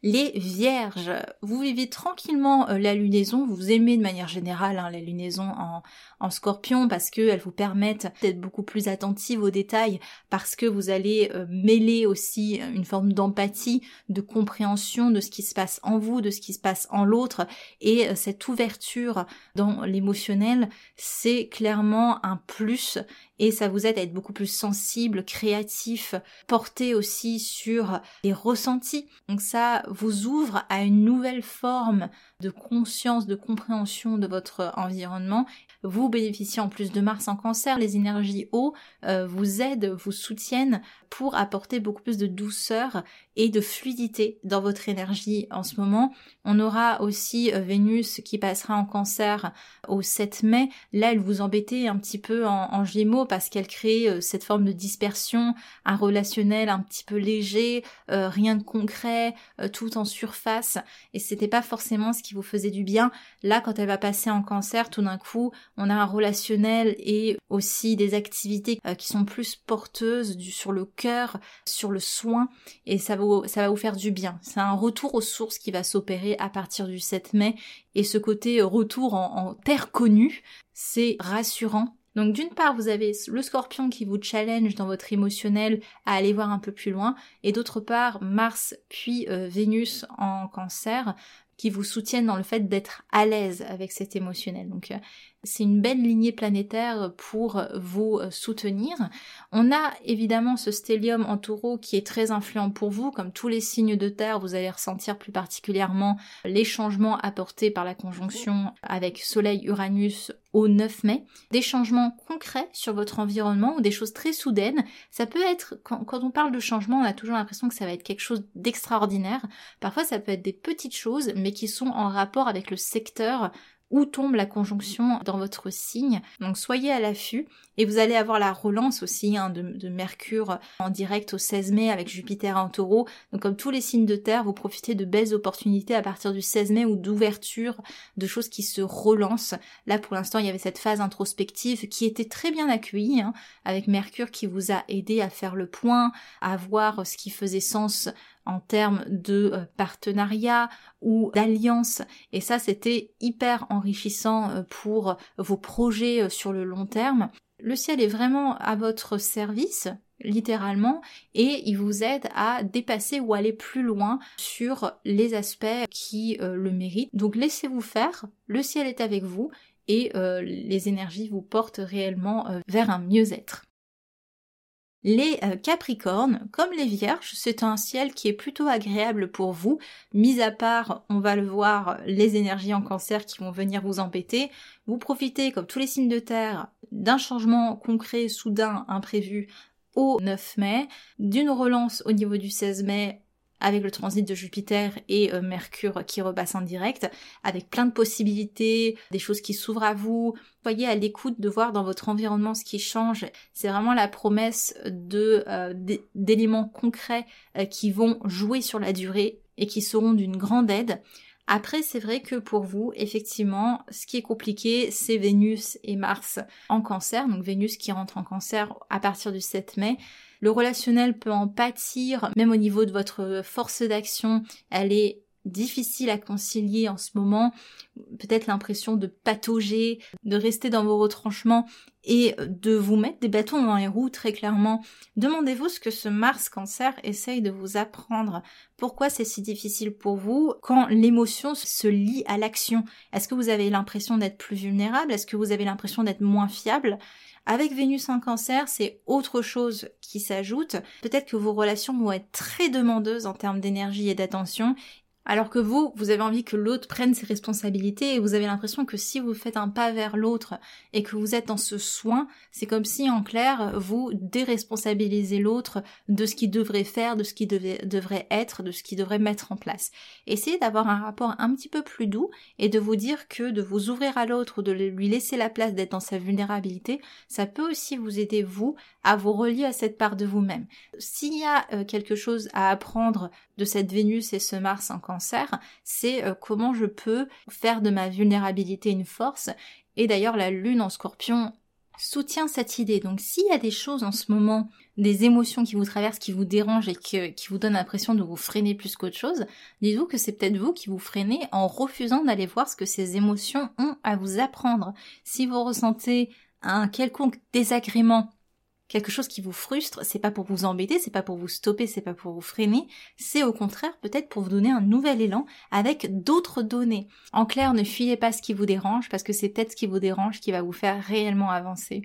Les vierges, vous vivez tranquillement euh, la lunaison, vous aimez de manière générale hein, la lunaison en, en scorpion parce qu'elles vous permettent d'être beaucoup plus attentive aux détails, parce que vous allez euh, mêler aussi une forme d'empathie, de compréhension de ce qui se passe en vous, de ce qui se passe en l'autre, et euh, cette ouverture dans l'émotionnel, c'est clairement un plus et ça vous aide à être beaucoup plus sensible, créatif, porté aussi sur les ressentis. Donc ça vous ouvre à une nouvelle forme de conscience, de compréhension de votre environnement. Vous bénéficiez en plus de Mars en Cancer, les énergies eau euh, vous aident, vous soutiennent pour apporter beaucoup plus de douceur et de fluidité dans votre énergie en ce moment. On aura aussi euh, Vénus qui passera en Cancer au sept mai. Là, elle vous embêtait un petit peu en, en Gémeaux parce qu'elle crée euh, cette forme de dispersion, un relationnel un petit peu léger, euh, rien de concret, euh, tout en surface, et c'était pas forcément ce qui vous faisait du bien. Là, quand elle va passer en Cancer, tout d'un coup, on a un relationnel et aussi des activités euh, qui sont plus porteuses du, sur le cœur, sur le soin, et ça va, ça va vous faire du bien. C'est un retour aux sources qui va s'opérer à partir du sept mai, et ce côté retour en, en terre connue, c'est rassurant. Donc d'une part, vous avez le Scorpion qui vous challenge dans votre émotionnel à aller voir un peu plus loin, et d'autre part, Mars puis euh, Vénus en Cancer qui vous soutiennent dans le fait d'être à l'aise avec cet émotionnel. Donc euh, c'est une belle lignée planétaire pour vous soutenir. On a évidemment ce stellium en Taureau qui est très influent pour vous. Comme tous les signes de terre, vous allez ressentir plus particulièrement les changements apportés par la conjonction avec Soleil-Uranus au neuf mai. Des changements concrets sur votre environnement ou des choses très soudaines. Ça peut être, quand, quand on parle de changement, on a toujours l'impression que ça va être quelque chose d'extraordinaire. Parfois ça peut être des petites choses mais qui sont en rapport avec le secteur où tombe la conjonction dans votre signe. Donc soyez à l'affût, et vous allez avoir la relance aussi hein, de, de Mercure en direct au seize mai avec Jupiter en Taureau. Donc comme tous les signes de terre, vous profitez de belles opportunités à partir du seize mai ou d'ouverture, de choses qui se relancent. Là pour l'instant il y avait cette phase introspective qui était très bien accueillie, hein, avec Mercure qui vous a aidé à faire le point, à voir ce qui faisait sens en termes de euh, partenariat ou d'alliance, et ça c'était hyper enrichissant euh, pour vos projets euh, sur le long terme. Le ciel est vraiment à votre service, littéralement, et il vous aide à dépasser ou aller plus loin sur les aspects qui euh, le méritent. Donc laissez-vous faire, le ciel est avec vous, et euh, les énergies vous portent réellement euh, vers un mieux-être. Les euh, Capricornes, comme les Vierges, c'est un ciel qui est plutôt agréable pour vous, mis à part, on va le voir, les énergies en Cancer qui vont venir vous embêter. Vous profitez, comme tous les signes de terre, d'un changement concret, soudain, imprévu au neuf mai, d'une relance au niveau du seize mai, avec le transit de Jupiter et euh, Mercure qui repasse en direct, avec plein de possibilités, des choses qui s'ouvrent à vous. Soyez à l'écoute de voir dans votre environnement ce qui change. C'est vraiment la promesse de euh, d'éléments concrets euh, qui vont jouer sur la durée et qui seront d'une grande aide. Après, c'est vrai que pour vous, effectivement, ce qui est compliqué, c'est Vénus et Mars en Cancer, donc Vénus qui rentre en Cancer à partir du sept mai. Le relationnel peut en pâtir, même au niveau de votre force d'action, elle est difficile à concilier en ce moment, peut-être l'impression de patauger, de rester dans vos retranchements et de vous mettre des bâtons dans les roues très clairement. Demandez-vous ce que ce Mars Cancer essaye de vous apprendre. Pourquoi c'est si difficile pour vous quand l'émotion se lie à l'action? Est-ce que vous avez l'impression d'être plus vulnérable? Est-ce que vous avez l'impression d'être moins fiable? Avec Vénus en Cancer, c'est autre chose qui s'ajoute. Peut-être que vos relations vont être très demandeuses en termes d'énergie et d'attention, alors que vous, vous avez envie que l'autre prenne ses responsabilités et vous avez l'impression que si vous faites un pas vers l'autre et que vous êtes dans ce soin, c'est comme si en clair, vous déresponsabilisez l'autre de ce qu'il devrait faire, de ce qu'il devait, devrait être, de ce qu'il devrait mettre en place. Essayez d'avoir un rapport un petit peu plus doux et de vous dire que de vous ouvrir à l'autre ou de lui laisser la place d'être dans sa vulnérabilité, ça peut aussi vous aider vous à vous relier à cette part de vous-même. S'il y a euh, quelque chose à apprendre de cette Vénus et ce Mars en Cancer, c'est euh, comment je peux faire de ma vulnérabilité une force. Et d'ailleurs la Lune en Scorpion soutient cette idée. Donc s'il y a des choses en ce moment, des émotions qui vous traversent, qui vous dérangent et que, qui vous donnent l'impression de vous freiner plus qu'autre chose, dites-vous que c'est peut-être vous qui vous freinez en refusant d'aller voir ce que ces émotions ont à vous apprendre. Si vous ressentez un quelconque désagrément, quelque chose qui vous frustre, c'est pas pour vous embêter, c'est pas pour vous stopper, c'est pas pour vous freiner, c'est au contraire peut-être pour vous donner un nouvel élan avec d'autres données. En clair, ne fuyez pas ce qui vous dérange parce que c'est peut-être ce qui vous dérange qui va vous faire réellement avancer.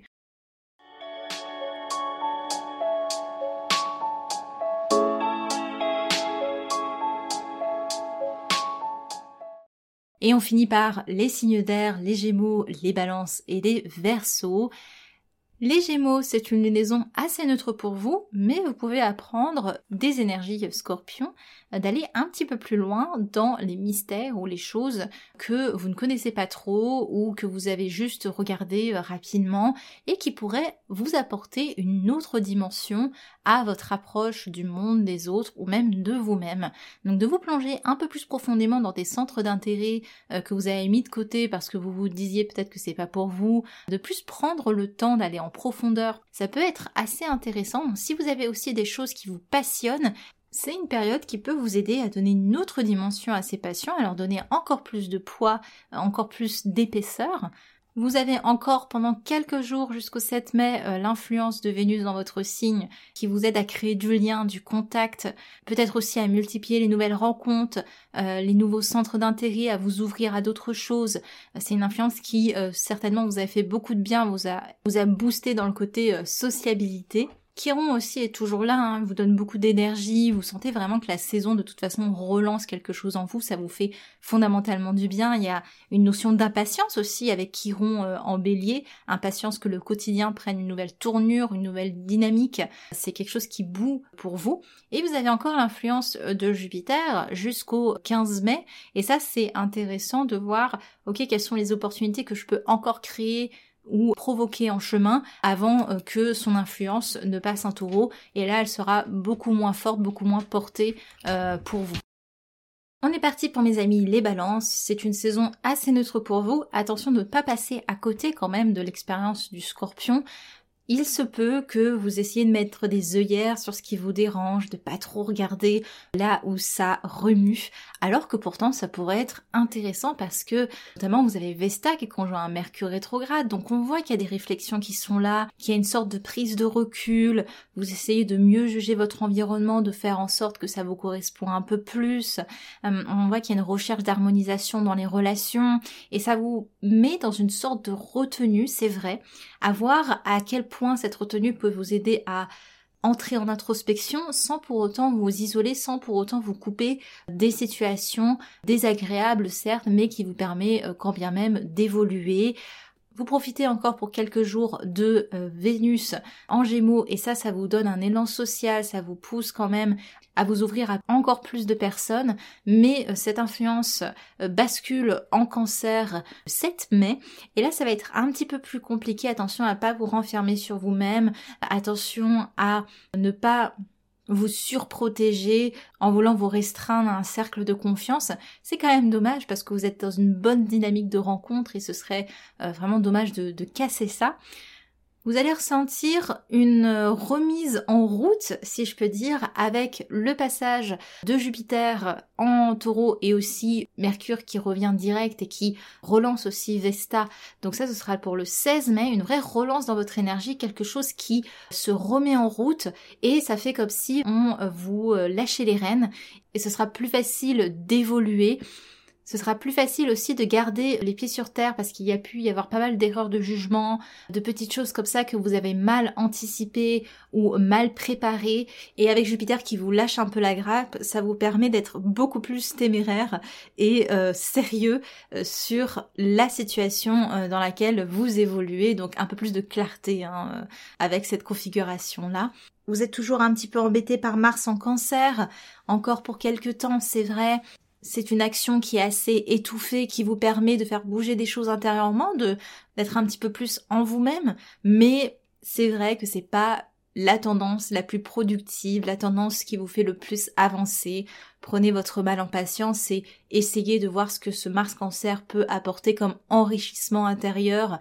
Et on finit par les signes d'air, les Gémeaux, les Balances et les Verseaux. Les Gémeaux, c'est une lunaison assez neutre pour vous, mais vous pouvez apprendre des énergies Scorpion d'aller un petit peu plus loin dans les mystères ou les choses que vous ne connaissez pas trop ou que vous avez juste regardé rapidement et qui pourraient vous apporter une autre dimension à votre approche du monde, des autres ou même de vous-même. Donc de vous plonger un peu plus profondément dans des centres d'intérêt que vous avez mis de côté parce que vous vous disiez peut-être que c'est pas pour vous, de plus prendre le temps d'aller en profondeur, ça peut être assez intéressant. Donc, si vous avez aussi des choses qui vous passionnent, c'est une période qui peut vous aider à donner une autre dimension à ces passions, à leur donner encore plus de poids, encore plus d'épaisseur. Vous avez encore pendant quelques jours jusqu'au sept mai euh, l'influence de Vénus dans votre signe qui vous aide à créer du lien, du contact, peut-être aussi à multiplier les nouvelles rencontres, euh, les nouveaux centres d'intérêt, à vous ouvrir à d'autres choses. C'est une influence qui euh, certainement vous a fait beaucoup de bien, vous a, vous a boosté dans le côté euh, sociabilité. Chiron aussi est toujours là, hein, vous donne beaucoup d'énergie, vous sentez vraiment que la saison de toute façon relance quelque chose en vous, ça vous fait fondamentalement du bien. Il y a une notion d'impatience aussi avec Chiron euh, en Bélier, impatience que le quotidien prenne une nouvelle tournure, une nouvelle dynamique, c'est quelque chose qui bout pour vous. Et vous avez encore l'influence de Jupiter jusqu'au quinze mai, et ça c'est intéressant de voir, ok, quelles sont les opportunités que je peux encore créer ou provoquer en chemin avant que son influence ne passe un taureau, et là elle sera beaucoup moins forte, beaucoup moins portée euh, pour vous. On est parti pour mes amis les balances, c'est une saison assez neutre pour vous, attention de ne pas passer à côté quand même de l'expérience du scorpion. Il se peut que vous essayiez de mettre des œillères sur ce qui vous dérange, de pas trop regarder là où ça remue, alors que pourtant ça pourrait être intéressant parce que notamment vous avez Vesta qui est conjoint à Mercure rétrograde, donc on voit qu'il y a des réflexions qui sont là, qu'il y a une sorte de prise de recul, vous essayez de mieux juger votre environnement, de faire en sorte que ça vous correspond un peu plus, euh, on voit qu'il y a une recherche d'harmonisation dans les relations, et ça vous met dans une sorte de retenue, c'est vrai, à voir à quel point cette retenue peut vous aider à entrer en introspection sans pour autant vous isoler, sans pour autant vous couper des situations désagréables certes, mais qui vous permet quand bien même d'évoluer. Vous profitez encore pour quelques jours de euh, Vénus en Gémeaux et ça, ça vous donne un élan social, ça vous pousse quand même à vous ouvrir à encore plus de personnes, mais euh, cette influence euh, bascule en Cancer sept mai et là ça va être un petit peu plus compliqué, attention à pas vous renfermer sur vous-même, attention à ne pas vous surprotéger en voulant vous restreindre à un cercle de confiance. C'est quand même dommage parce que vous êtes dans une bonne dynamique de rencontre et ce serait euh, vraiment dommage de, de casser ça. Vous allez ressentir une remise en route, si je peux dire, avec le passage de Jupiter en Taureau et aussi Mercure qui revient direct et qui relance aussi Vesta. Donc ça, ce sera pour le seize mai, une vraie relance dans votre énergie, quelque chose qui se remet en route et ça fait comme si on vous lâchait les rênes et ce sera plus facile d'évoluer. Ce sera plus facile aussi de garder les pieds sur terre parce qu'il y a pu y avoir pas mal d'erreurs de jugement, de petites choses comme ça que vous avez mal anticipées ou mal préparées. Et avec Jupiter qui vous lâche un peu la grappe, ça vous permet d'être beaucoup plus téméraire et euh, sérieux euh, sur la situation euh, dans laquelle vous évoluez. Donc un peu plus de clarté hein, euh, avec cette configuration-là. Vous êtes toujours un petit peu embêté par Mars en Cancer, encore pour quelques temps, c'est vrai. C'est une action qui est assez étouffée, qui vous permet de faire bouger des choses intérieurement, de d'être un petit peu plus en vous-même, mais c'est vrai que c'est pas la tendance la plus productive, la tendance qui vous fait le plus avancer. Prenez votre mal en patience et essayez de voir ce que ce Mars Cancer peut apporter comme enrichissement intérieur.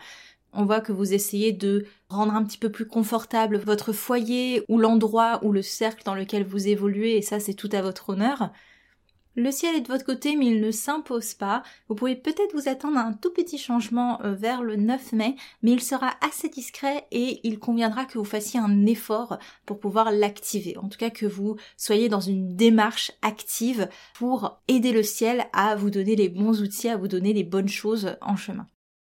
On voit que vous essayez de rendre un petit peu plus confortable votre foyer ou l'endroit ou le cercle dans lequel vous évoluez, et ça c'est tout à votre honneur. Le ciel est de votre côté, mais il ne s'impose pas. Vous pouvez peut-être vous attendre à un tout petit changement vers le neuf mai, mais il sera assez discret et il conviendra que vous fassiez un effort pour pouvoir l'activer. En tout cas, que vous soyez dans une démarche active pour aider le ciel à vous donner les bons outils, à vous donner les bonnes choses en chemin.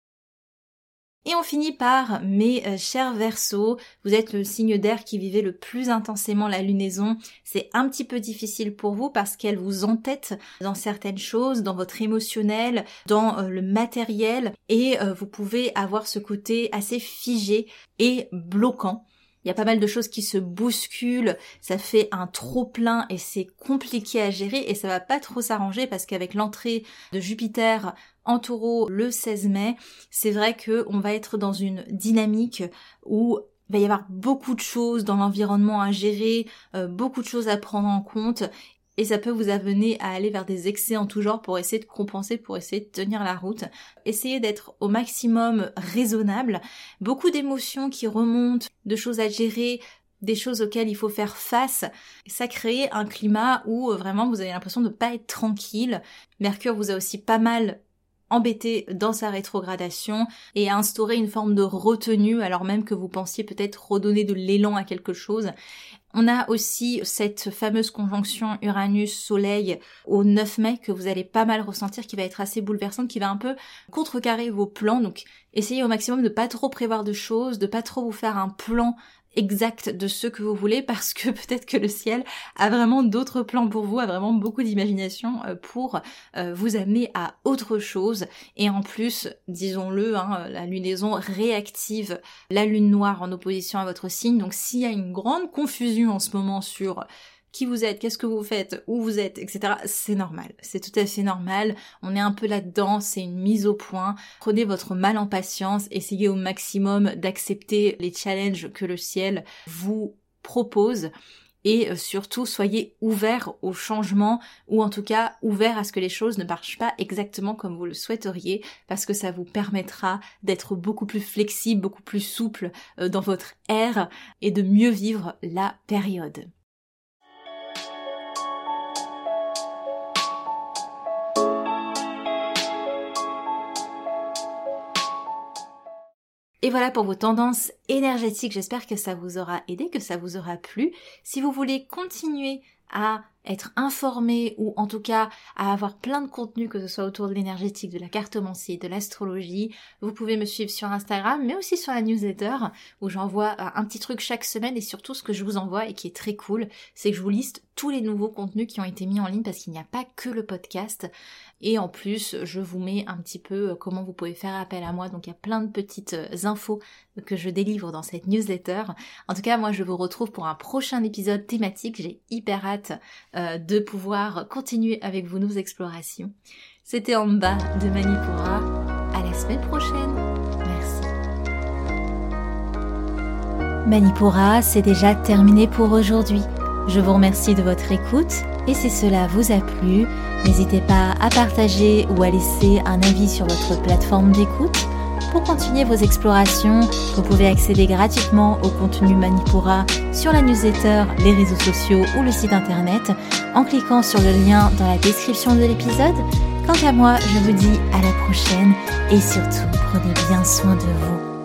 Et on finit par mes euh, chers Verseaux, vous êtes le signe d'air qui vivait le plus intensément la lunaison. C'est un petit peu difficile pour vous parce qu'elle vous entête dans certaines choses, dans votre émotionnel, dans euh, le matériel, et euh, vous pouvez avoir ce côté assez figé et bloquant. Il y a pas mal de choses qui se bousculent, ça fait un trop-plein et c'est compliqué à gérer et ça va pas trop s'arranger parce qu'avec l'entrée de Jupiter en Taureau le seize mai, c'est vrai que on va être dans une dynamique où il va y avoir beaucoup de choses dans l'environnement à gérer, euh, beaucoup de choses à prendre en compte. Et ça peut vous amener à aller vers des excès en tout genre pour essayer de compenser, pour essayer de tenir la route. Essayez d'être au maximum raisonnable. Beaucoup d'émotions qui remontent, de choses à gérer, des choses auxquelles il faut faire face. Ça crée un climat où vraiment vous avez l'impression de ne pas être tranquille. Mercure vous a aussi pas mal embêté dans sa rétrogradation et a instauré une forme de retenue alors même que vous pensiez peut-être redonner de l'élan à quelque chose. On a aussi cette fameuse conjonction Uranus-Soleil au neuf mai que vous allez pas mal ressentir, qui va être assez bouleversante, qui va un peu contrecarrer vos plans. Donc essayez au maximum de pas trop prévoir de choses, de pas trop vous faire un plan exact de ce que vous voulez, parce que peut-être que le ciel a vraiment d'autres plans pour vous, a vraiment beaucoup d'imagination pour vous amener à autre chose. Et en plus, disons-le, hein, la lunaison réactive la lune noire en opposition à votre signe. Donc s'il y a une grande confusion en ce moment sur qui vous êtes, qu'est-ce que vous faites, où vous êtes, et cetera, c'est normal, c'est tout à fait normal, on est un peu là-dedans, c'est une mise au point. Prenez votre mal en patience, essayez au maximum d'accepter les challenges que le ciel vous propose, et surtout soyez ouverts au changement, ou en tout cas ouverts à ce que les choses ne marchent pas exactement comme vous le souhaiteriez, parce que ça vous permettra d'être beaucoup plus flexible, beaucoup plus souple dans votre air, et de mieux vivre la période. Et voilà pour vos tendances énergétiques, j'espère que ça vous aura aidé, que ça vous aura plu. Si vous voulez continuer à être informé ou en tout cas à avoir plein de contenu, que ce soit autour de l'énergétique, de la cartomancie, de l'astrologie, vous pouvez me suivre sur Instagram, mais aussi sur la newsletter où j'envoie un petit truc chaque semaine. Et surtout ce que je vous envoie et qui est très cool, c'est que je vous liste tous les nouveaux contenus qui ont été mis en ligne, parce qu'il n'y a pas que le podcast. Et en plus, je vous mets un petit peu comment vous pouvez faire appel à moi. Donc il y a plein de petites infos que je délivre dans cette newsletter. En tout cas, moi je vous retrouve pour un prochain épisode thématique. J'ai hyper hâte euh, de pouvoir continuer avec vous nos explorations. C'était en bas de Manipura. À la semaine prochaine. Merci. Manipura, c'est déjà terminé pour aujourd'hui. Je vous remercie de votre écoute et si cela vous a plu, n'hésitez pas à partager ou à laisser un avis sur votre plateforme d'écoute. Pour continuer vos explorations, vous pouvez accéder gratuitement au contenu Manipura sur la newsletter, les réseaux sociaux ou le site internet en cliquant sur le lien dans la description de l'épisode. Quant à moi, je vous dis à la prochaine et surtout, prenez bien soin de vous.